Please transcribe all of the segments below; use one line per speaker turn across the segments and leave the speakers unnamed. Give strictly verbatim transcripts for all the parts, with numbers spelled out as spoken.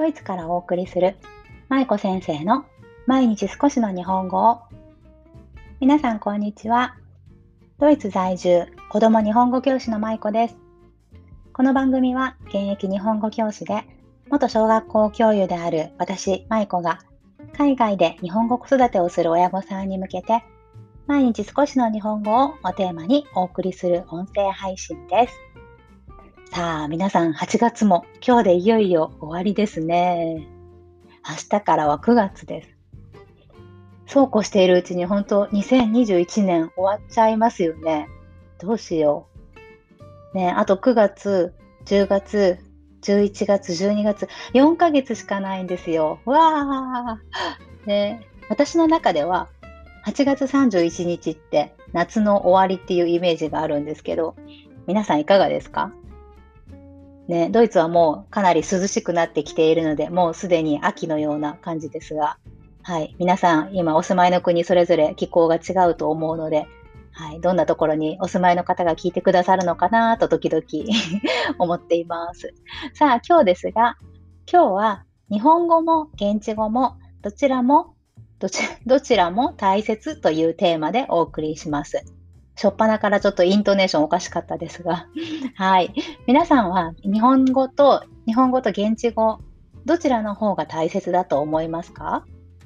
イツからお送りする舞子先生の毎日少しの日本語を。皆さんこんにちは。ドイツ在住子ども日本語教師の舞子です。この番組は現役日本語教師で元小学校教諭である私舞子が海外で日本語子育てをする親御さんに向けて毎日少しの日本語をおテーマにお送りする音声配信です。さあ皆さん、はちがつも今日でいよいよ終わりですね。明日からはくがつです。そうこうしているうちに本当にせんにじゅういちねん終わっちゃいますよね。どうしよう。ね、あとくがつ、じゅうがつ、じゅういちがつ、じゅうにがつ、よんかげつしかないんですよ。わー。ね、私の中でははちがつさんじゅういちにちって夏の終わりっていうイメージがあるんですけど、皆さんいかがですか？ね、ドイツはもうかなり涼しくなってきているので、もうすでに秋のような感じですが、はい、皆さん今お住まいの国それぞれ気候が違うと思うので、はい、どんなところにお住まいの方が聞いてくださるのかなと時々思っています。さあ今日ですが、今日は日本語も現地語もどちらもどちどちらも大切というテーマでお送りします。初っ端からちょっとイントネーションおかしかったですが、はい。皆さんは日本語と、日本語と現地語、どちらの方が大切だと思いますか？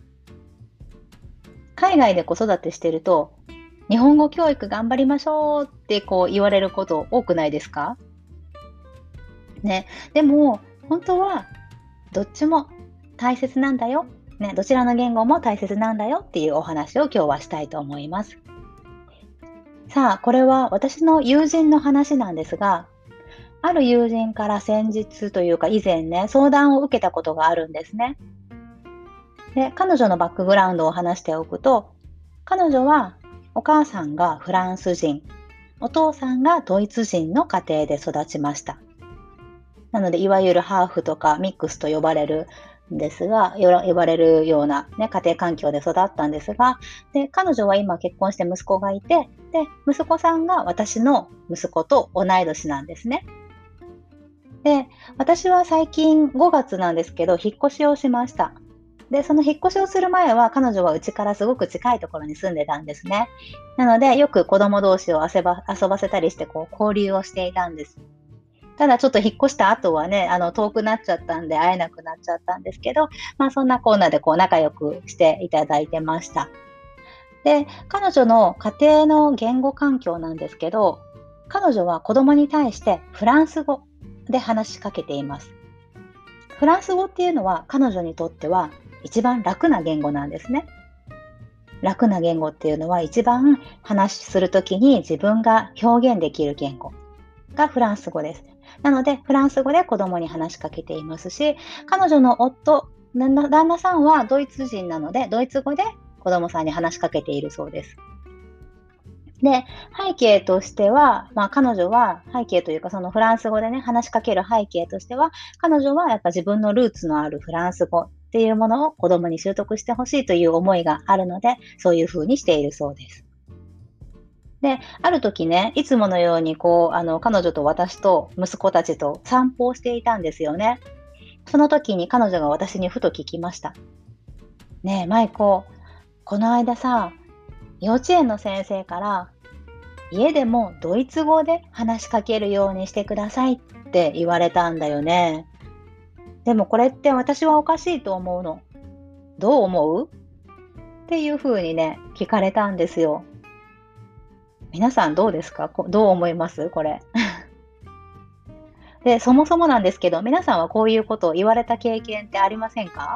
海外で子育てしてると、日本語教育頑張りましょうってこう言われること多くないですか？ね。でも、本当はどっちも大切なんだよ。ね。どちらの言語も大切なんだよっていうお話を今日はしたいと思います。さあ、これは私の友人の話なんですが、ある友人から先日というか以前ね、相談を受けたことがあるんですね。で、彼女のバックグラウンドを話しておくと、彼女はお母さんがフランス人、お父さんがドイツ人の家庭で育ちました。なので、いわゆるハーフとかミックスと呼ばれるんですが、呼ばれるような、ね、家庭環境で育ったんですが、で、彼女は今結婚して息子がいて、で、息子さんが私の息子と同い年なんですね。で、私は最近ごがつなんですけど、引っ越しをしました。で、その引っ越しをする前は、彼女はうちからすごく近いところに住んでたんですね。なので、よく子供同士を遊ば遊ばせたりして、こう、交流をしていたんです。ただちょっと引っ越した後はね、あの、遠くなっちゃったんで会えなくなっちゃったんですけど、まあそんなコーナーでこう仲良くしていただいてました。で、彼女の家庭の言語環境なんですけど、彼女は子供に対してフランス語で話しかけています。フランス語っていうのは彼女にとっては一番楽な言語なんですね。楽な言語っていうのは一番話するときに自分が表現できる言語がフランス語です。なのでフランス語で子供に話しかけていますし、彼女の夫、旦那旦那さんはドイツ人なのでドイツ語で子供さんに話しかけているそうです。で、背景としては、まあ、彼女は背景というかそのフランス語でね、話しかける背景としては、彼女はやっぱ自分のルーツのあるフランス語っていうものを子供に習得してほしいという思いがあるので、そういうふうにしているそうです。で、ある時ね、いつものようにこう、あの、彼女と私と息子たちと散歩をしていたんですよね。その時に彼女が私にふと聞きました。ねえ、舞子、この間さ、幼稚園の先生から家でもドイツ語で話しかけるようにしてくださいって言われたんだよね。でもこれって私はおかしいと思うの。どう思うっていうふうにね、聞かれたんですよ。皆さんどうですか？こどう思いますこれ。で、そもそもなんですけど、皆さんはこういうことを言われた経験ってありませんか？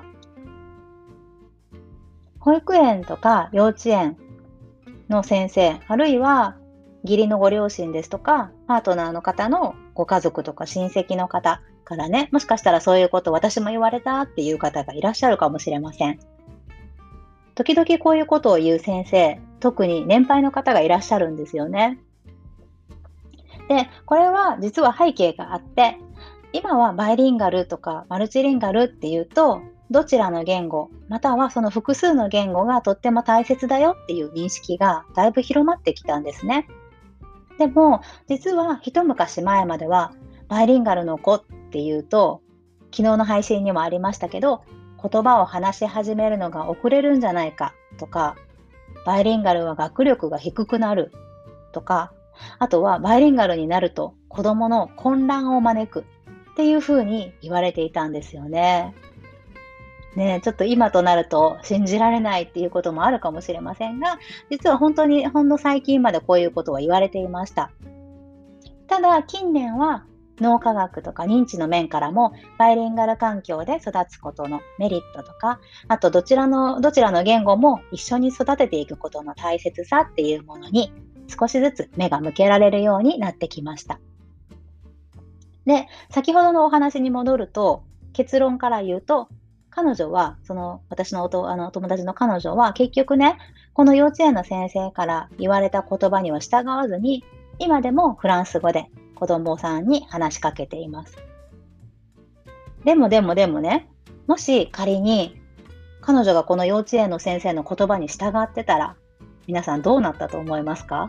保育園とか幼稚園の先生、あるいは義理のご両親ですとか、パートナーの方のご家族とか親戚の方からね、もしかしたらそういうこと私も言われたっていう方がいらっしゃるかもしれません。時々こういうことを言う先生、特に年配の方がいらっしゃるんですよね。で、これは実は背景があって、今はバイリンガルとかマルチリンガルっていうと、どちらの言語、またはその複数の言語がとっても大切だよっていう認識がだいぶ広まってきたんですね。でも、実は一昔前までは、バイリンガルの子っていうと、 昨日の配信にもありましたけど、言葉を話し始めるのが遅れるんじゃないかとか、バイリンガルは学力が低くなるとか、あとはバイリンガルになると子供の混乱を招くっていうふうに言われていたんですよね。ねえ、ちょっと今となると信じられないっていうこともあるかもしれませんが、実は本当にほんの最近までこういうことは言われていました。ただ近年は脳科学とか認知の面からもバイリンガル環境で育つことのメリットとか、あとどちらのどちらの言語も一緒に育てていくことの大切さっていうものに少しずつ目が向けられるようになってきました。で、先ほどのお話に戻ると、結論から言うと、彼女は、その私のおとあの友達の彼女は結局ね、この幼稚園の先生から言われた言葉には従わずに、今でもフランス語で子供さんに話しかけています。でもでもでもね、もし仮に彼女がこの幼稚園の先生の言葉に従ってたら、皆さんどうなったと思いますか？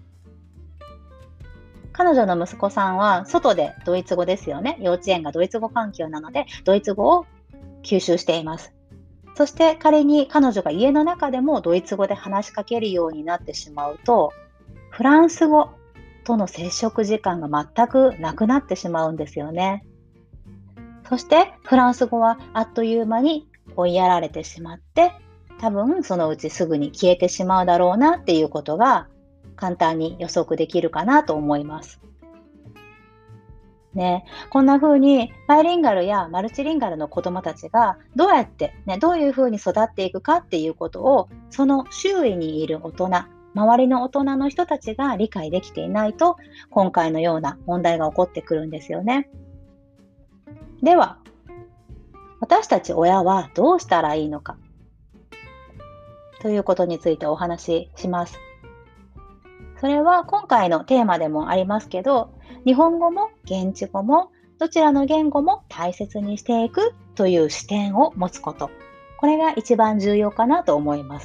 彼女の息子さんは外でドイツ語ですよね。幼稚園がドイツ語環境なので、ドイツ語を吸収しています。そして仮に彼女が家の中でもドイツ語で話しかけるようになってしまうと、フランス語との接触時間が全くなくなってしまうんですよね。そしてフランス語はあっという間に追いやられてしまって、多分そのうちすぐに消えてしまうだろうなっていうことが簡単に予測できるかなと思います。ね、こんな風にバイリンガルやマルチリンガルの子どもたちがどうやって、ね、どういう風に育っていくかっていうことを、その周囲にいる大人、周りの大人の人たちが理解できていないと、今回のような問題が起こってくるんですよね。では、私たち親はどうしたらいいのかということについてお話しします。それは今回のテーマでもありますけど、日本語も現地語もどちらの言語も大切にしていくという視点を持つこと。これが一番重要かなと思います。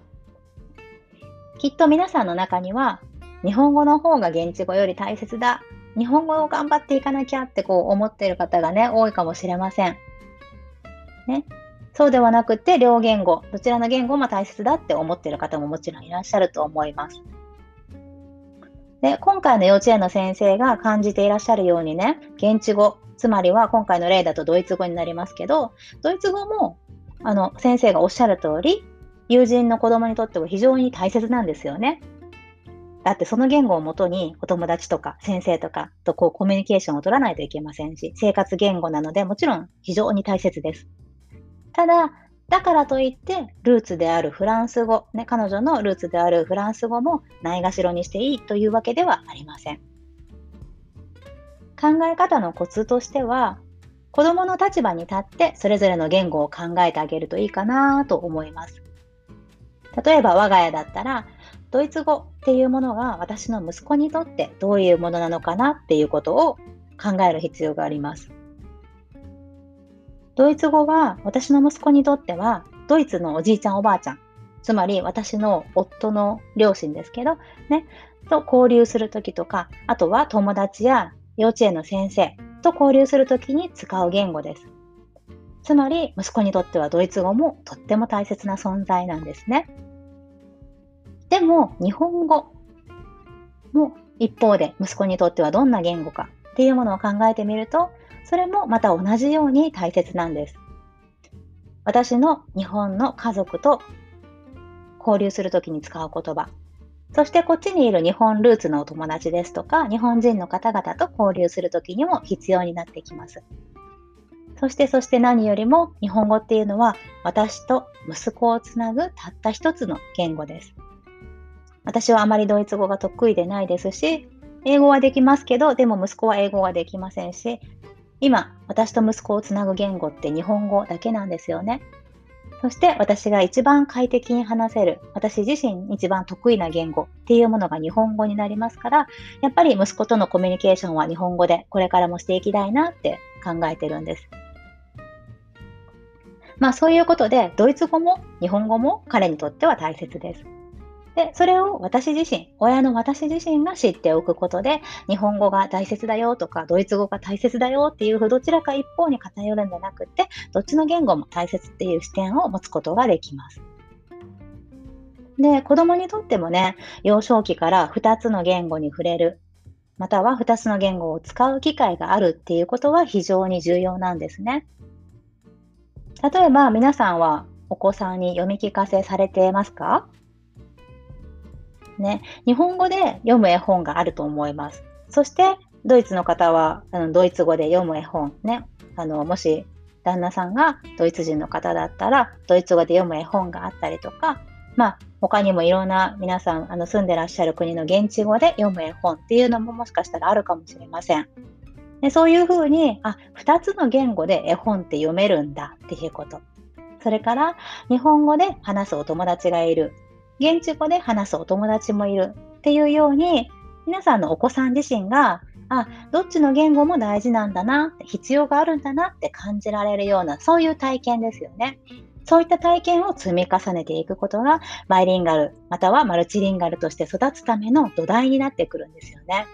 きっと皆さんの中には、日本語の方が現地語より大切だ。日本語を頑張っていかなきゃってこう思っている方がね、多いかもしれません。ね。そうではなくて、両言語、どちらの言語も大切だって思っている方ももちろんいらっしゃると思います。で、今回の幼稚園の先生が感じていらっしゃるようにね、現地語、つまりは今回の例だとドイツ語になりますけど、ドイツ語もあの先生がおっしゃる通り、友人の子供にとっては非常に大切なんですよね。だってその言語をもとにお友達とか先生とかとこうコミュニケーションを取らないといけませんし、生活言語なのでもちろん非常に大切です。ただ、だからといって、ルーツであるフランス語、ね、彼女のルーツであるフランス語もないがしろにしていいというわけではありません。考え方のコツとしては、子供の立場に立ってそれぞれの言語を考えてあげるといいかなと思います。例えば我が家だったら、ドイツ語っていうものが私の息子にとってどういうものなのかなっていうことを考える必要があります。ドイツ語は私の息子にとってはドイツのおじいちゃんおばあちゃん、つまり私の夫の両親ですけど、ね、と交流するときとか、あとは友達や幼稚園の先生と交流するときに使う言語です。つまり息子にとってはドイツ語もとっても大切な存在なんですね。でも日本語も一方で息子にとってはどんな言語かっていうものを考えてみると、それもまた同じように大切なんです。私の日本の家族と交流するときに使う言葉、そしてこっちにいる日本ルーツのお友達ですとか、日本人の方々と交流するときにも必要になってきます。そしてそして何よりも日本語っていうのは私と息子をつなぐたった一つの言語です。私はあまりドイツ語が得意でないですし、英語はできますけど、でも息子は英語はできませんし、今、私と息子をつなぐ言語って日本語だけなんですよね。そして私が一番快適に話せる、私自身一番得意な言語っていうものが日本語になりますから、やっぱり息子とのコミュニケーションは日本語でこれからもしていきたいなって考えてるんです。まあそういうことで、ドイツ語も日本語も彼にとっては大切です。 で、それを私自身、親の私自身が知っておくことで、日本語が大切だよとか、ドイツ語が大切だよっていう、どちらか一方に偏るんじゃなくて、どっちの言語も大切っていう視点を持つことができます。で、子供にとってもね、幼少期からふたつの言語に触れる、またはふたつの言語を使う機会があるっていうことは非常に重要なんですね。例えば皆さんはお子さんに読み聞かせされてますか？ね、日本語で読む絵本があると思います。そしてドイツの方はあのドイツ語で読む絵本ね、あのもし旦那さんがドイツ人の方だったらドイツ語で読む絵本があったりとか、まあ他にもいろんな皆さんあの住んでらっしゃる国の現地語で読む絵本っていうのももしかしたらあるかもしれません。で、そういうふうに、あ、ふたつの言語で絵本って読めるんだっていうこと。それから日本語で話すお友達がいる。現地語で話すお友達もいるっていうように、皆さんのお子さん自身が、あ、どっちの言語も大事なんだな、必要があるんだなって感じられるような、そういう体験ですよね。そういった体験を積み重ねていくことが、バイリンガル、またはマルチリンガルとして育つための土台になってくるんですよね。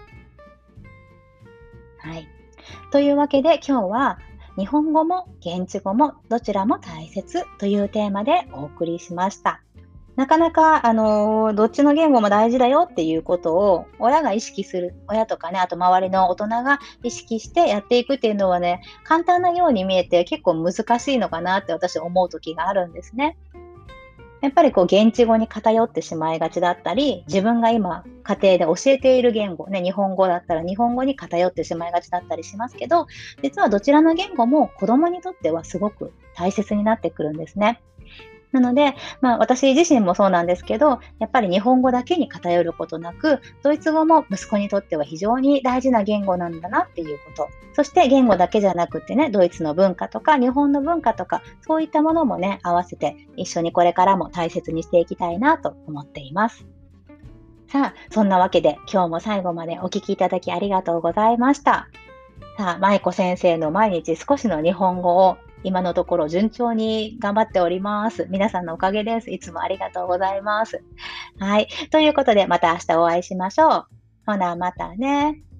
はい。というわけで今日は、日本語も現地語もどちらも大切というテーマでお送りしました。なかなか、あの、どっちの言語も大事だよっていうことを親が意識する、親とかね、あと周りの大人が意識してやっていくっていうのはね、簡単なように見えて結構難しいのかなって私思う時があるんですね。やっぱりこう現地語に偏ってしまいがちだったり、自分が今家庭で教えている言語、ね、日本語だったら日本語に偏ってしまいがちだったりしますけど、実はどちらの言語も子供にとってはすごく大切になってくるんですね。なので、まあ、私自身もそうなんですけど、やっぱり日本語だけに偏ることなく、ドイツ語も息子にとっては非常に大事な言語なんだなっていうこと。そして言語だけじゃなくてね、ドイツの文化とか日本の文化とか、そういったものもね、合わせて一緒にこれからも大切にしていきたいなと思っています。さあ、そんなわけで今日も最後までお聞きいただきありがとうございました。さあ、舞子先生の毎日少しの日本語を今のところ順調に頑張っております。皆さんのおかげです。いつもありがとうございます。はい。ということで、また明日お会いしましょう。ほな、またね。